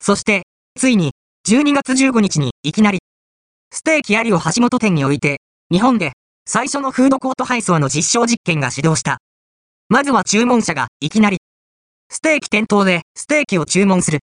そして、ついに、12月15日にいきなり、ステーキありを橋本店において、日本で最初のフードコート配送の実証実験が始動した。まずは注文者がいきなり、ステーキ店頭でステーキを注文する。